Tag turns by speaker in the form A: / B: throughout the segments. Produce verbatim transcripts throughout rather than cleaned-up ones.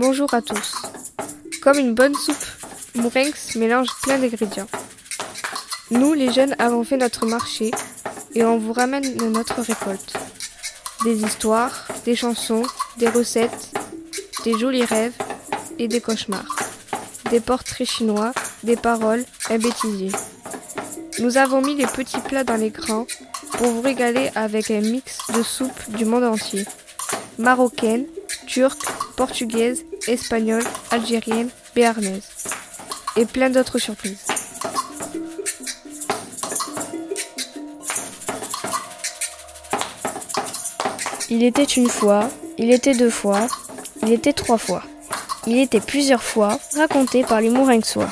A: Bonjour à tous. Comme une bonne soupe, Mourenx mélange plein d'ingrédients. Nous, les jeunes, avons fait notre marché et on vous ramène notre récolte. Des histoires, des chansons, des recettes, des jolis rêves et des cauchemars. Des portraits chinois, des paroles, un bêtisier. Nous avons mis les petits plats dans les grands pour vous régaler avec un mix de soupes du monde entier. Marocaine, turque, portugaise, espagnole, algérienne, béarnaise. Et plein d'autres surprises.
B: Il était une fois, il était deux fois, il était trois fois. Il était plusieurs fois, raconté par les Mourenxois.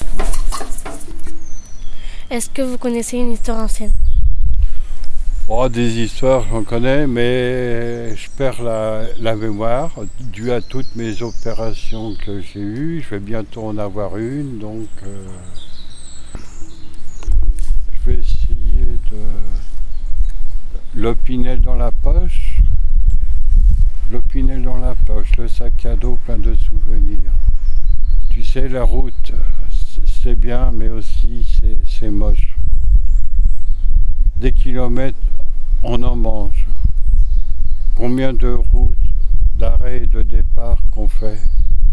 B: Est-ce que vous connaissez une histoire ancienne ?
C: Oh, des histoires, j'en connais, mais je perds la, la mémoire dû à toutes mes opérations que j'ai eues. Je vais bientôt en avoir une, donc euh, je vais essayer de... L'opinel dans la poche, l'opinel dans la poche, le sac à dos plein de souvenirs. Tu sais, la route, c'est bien, mais aussi c'est, c'est moche. Des kilomètres, on en mange. Combien de routes, d'arrêt et de départ qu'on fait.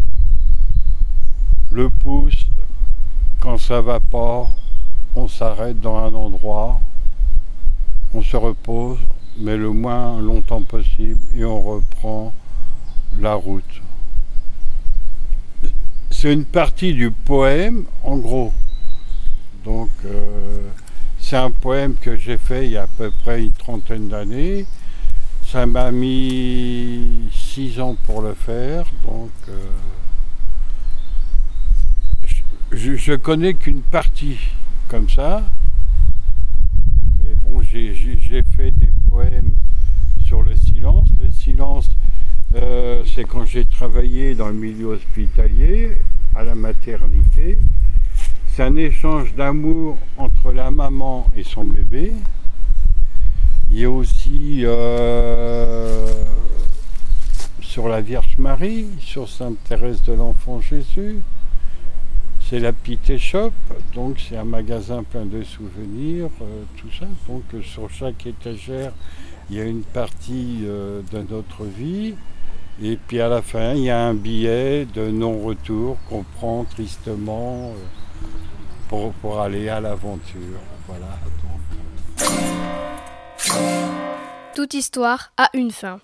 C: Le pouce, quand ça va pas, on s'arrête dans un endroit, on se repose, mais le moins longtemps possible, et on reprend la route. C'est une partie du poème, en gros. Donc, euh, c'est un poème que j'ai fait il y a à peu près une trentaine d'années. Ça m'a mis six ans pour le faire, donc euh, je, je connais qu'une partie comme ça. Mais bon, j'ai, j'ai fait des poèmes sur le silence. Le silence, euh, c'est quand j'ai travaillé dans le milieu hospitalier, à la maternité. C'est un échange d'amour entre la maman et son bébé. Il y a aussi euh, sur la Vierge Marie, sur Sainte Thérèse de l'Enfant Jésus. C'est la Pité Shop, donc c'est un magasin plein de souvenirs, euh, tout ça. Donc euh, sur chaque étagère, il y a une partie euh, de notre vie. Et puis à la fin, il y a un billet de non-retour qu'on prend tristement euh, pour, pour aller à l'aventure. Voilà. Donc, euh...
B: Toute histoire a une fin.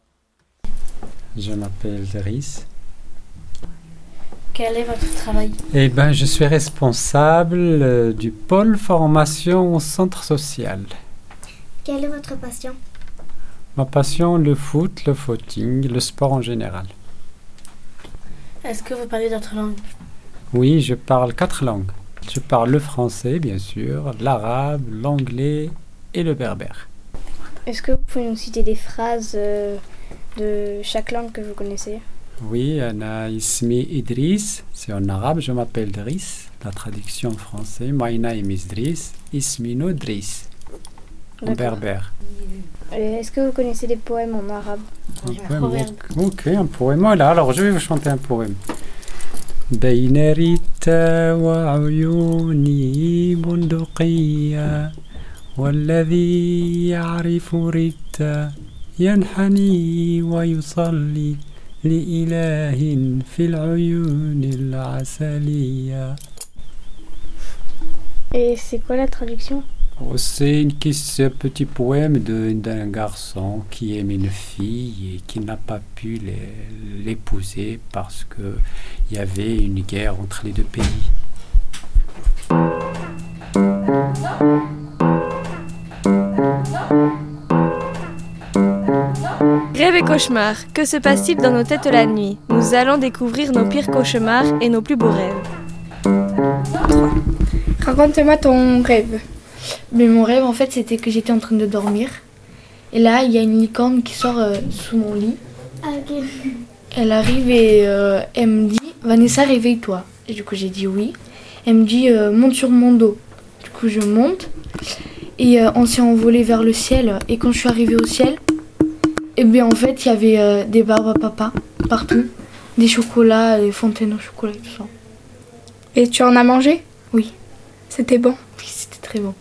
D: Je m'appelle Driss.
B: Quel est votre travail ?
D: Eh ben, je suis responsable euh, du pôle formation au centre social.
E: Quelle est votre passion ?
D: Ma passion, le foot, le footing, le sport en général.
B: Est-ce que vous parlez d'autres langues ?
D: Oui, je parle quatre langues. Je parle le français, bien sûr, l'arabe, l'anglais et le berbère.
B: Est-ce que vous pouvez nous citer des phrases euh, de chaque langue que vous connaissez ?
D: Oui, Ana Ismi Idriss, c'est en arabe, je m'appelle Driss. La traduction en français, My name is Driss, Ismino Driss, en berbère.
B: Et est-ce que vous connaissez des poèmes en arabe ?
D: Un poème, ok, un poème. Voilà, alors je vais vous chanter un poème. بين ريتا وعيوني بندقية والذي يعرف ريتا ينحني ويصلي لإله في العيون العسلية.
B: Et c'est quoi la traduction ?
D: Oh, c'est, une, c'est un petit poème de, d'un garçon qui aime une fille et qui n'a pas pu les, l'épouser parce qu'il y avait une guerre entre les deux pays.
A: Rêve et cauchemar, que se passe-t-il dans nos têtes la nuit ? Nous allons découvrir nos pires cauchemars et nos plus beaux rêves.
F: Raconte-moi ton rêve. Mais mon rêve, en fait, c'était que j'étais en train de dormir. Et là, il y a une licorne qui sort euh, sous mon lit.
E: Ah, ok.
F: Elle arrive et euh, elle me dit « Vanessa, réveille-toi ». Et du coup, j'ai dit oui. Elle me dit euh, « Monte sur mon dos ». Du coup, je monte. Et euh, on s'est envolé vers le ciel. Et quand je suis arrivée au ciel, et bien en fait, il y avait euh, des barbes à papa partout. des chocolats, des fontaines au chocolat et tout ça.
A: Et tu en as mangé?
F: Oui.
A: C'était bon?
F: Oui, c'était très bon.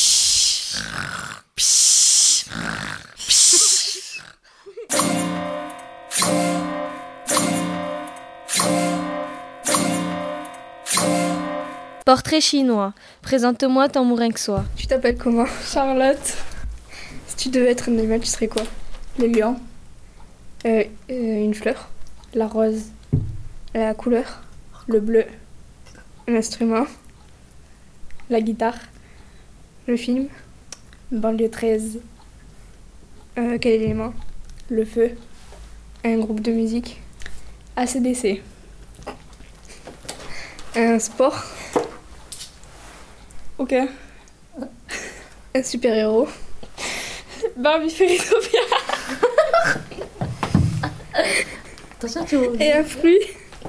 B: Portrait chinois. Présente-moi ton mourinxois.
A: Tu t'appelles comment?
E: Charlotte.
A: Si tu devais être un animal, tu serais quoi?
E: Le lion.
A: Euh, euh, une fleur.
E: La rose.
A: La couleur.
E: Le bleu.
A: Un instrument.
E: La guitare.
A: Le film.
E: Banlieue treize.
A: Euh, quel élément?
E: Le feu.
A: Un groupe de musique.
E: A C D C.
A: Un sport.
E: Ok.
A: Un super-héros.
E: Barbie Fairytopia.
B: Attention, tu vois.
A: Et un fruit.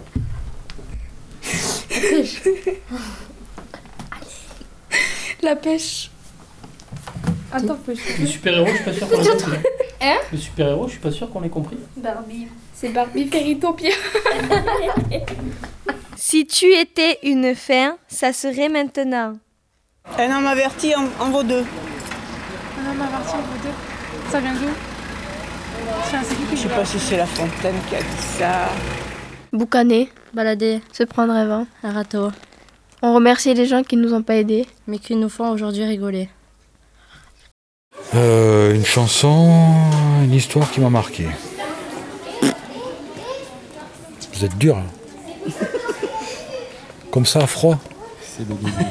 E: La pêche. Attends, pêche.
G: Le super-héros, je suis pas sûr qu'on l'ait compris.
E: Hein?
G: Le super-héros, je suis pas sûr qu'on l'ait compris.
E: Barbie. C'est Barbie Fairytopia.
B: Si tu étais une fin, ça serait maintenant.
H: Un homme averti en, en vaut deux.
E: Un homme averti en vaut deux. Ça vient d'où? Enfin, c'est qui qui
H: Je sais
E: dit
H: pas
E: ça?
H: si c'est La Fontaine qui a dit ça.
B: Boucaner, balader, se prendre un vent, un râteau. On remercie les gens qui nous ont pas aidés, mais qui nous font aujourd'hui rigoler.
I: Euh, une chanson, une histoire qui m'a marqué. Vous êtes dur. Hein. Comme ça, à froid.
J: C'est le début.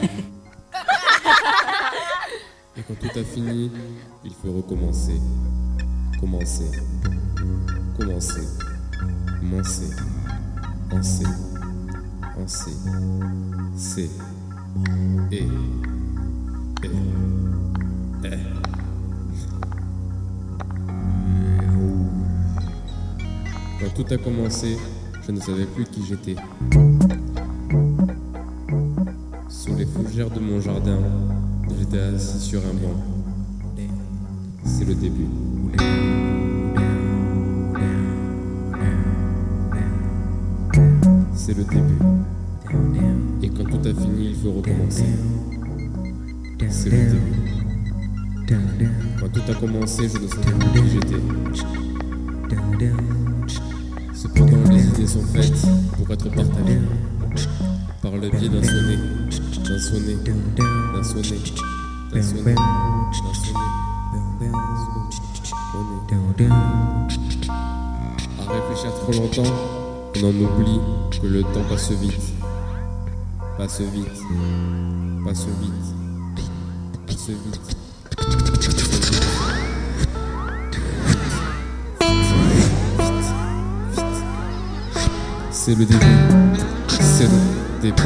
J: Et quand tout a fini, il faut recommencer. Commencer. Commencer. Commencer. Penser. Penser. C'est. Et. Et. Et. Quand tout a commencé, je ne savais plus qui j'étais. Sous les fougères de mon jardin, j'étais assis sur un banc. C'est le début. C'est le début. Et quand tout a fini, il faut recommencer. C'est le début. Quand tout a commencé, je ne savais plus qui j'étais. Cependant, les idées sont faites pour être partagées. Par le biais d'un sonnet, d'un sonnet, d'un sonnet, d'un sonnet, d'un sonnet. À réfléchir trop longtemps, on en oublie que le temps passe vite. Passe vite, passe vite, passe vite. C'est le début, c'est le début.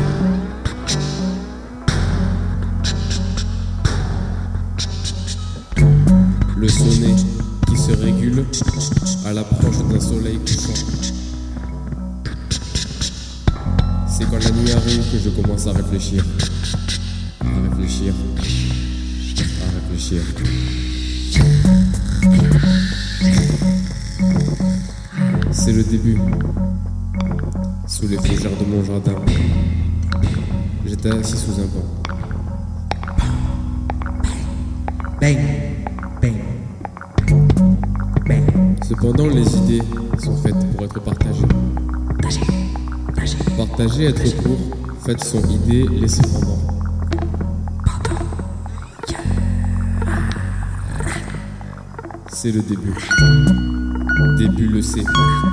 J: Le sonnet qui se régule à l'approche d'un soleil couchant. C'est quand la nuit arrive que je commence à réfléchir. À réfléchir. À réfléchir. C'est le début. Sous les fougères de mon jardin, j'étais assis sous un banc. Bang, bang, bang. Cependant, les idées sont faites pour être partagées. Partager, être court, faites son idée, laissez pendant. C'est le début. Début le C.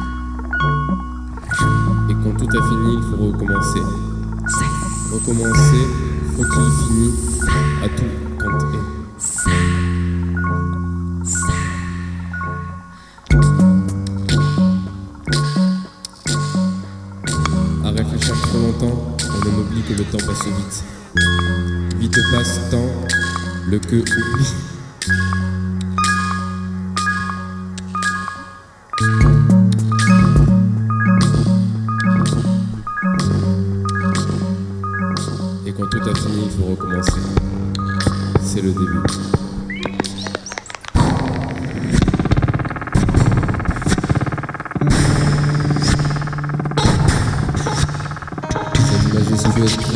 J: Et quand tout a fini, il faut recommencer. Recommencer, faut qu'il finisse à tout quand est. À réfléchir trop longtemps, on en oublie que le temps passe vite. Vite passe tant, le que oublie. Et quand tout a fini, il faut recommencer. C'est le début.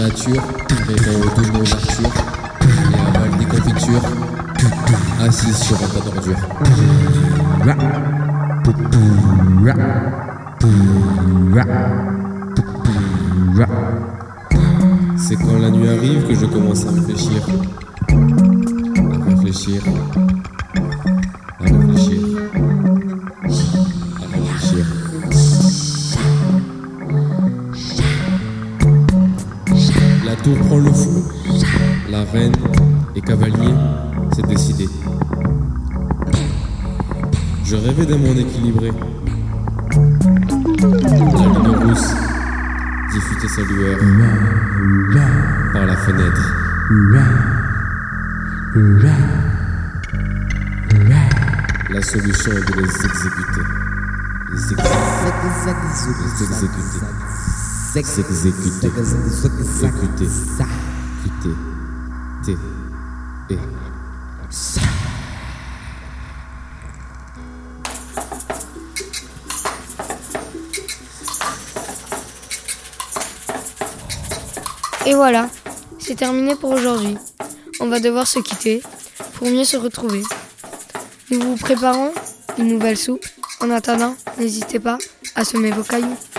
J: nature, rêvant au doux mot d'Arthur, et avale des confitures, assise sur un tas d'ordures. C'est quand la nuit arrive que je commence à réfléchir, à réfléchir, à réfléchir, à réfléchir. La tour prend le fou, la reine et cavalier, c'est décidé. Je rêvais d'un monde équilibré. La lune rousse diffusait sa lueur par la fenêtre. La solution est de les exécuter. Les exécuter. Les exécuter. S'exécuter. Exécuter. Quitter. T. Et.
B: Et voilà, c'est terminé pour aujourd'hui. On va devoir se quitter pour mieux se retrouver. Nous vous préparons une nouvelle soupe. En attendant, n'hésitez pas à semer vos cailloux.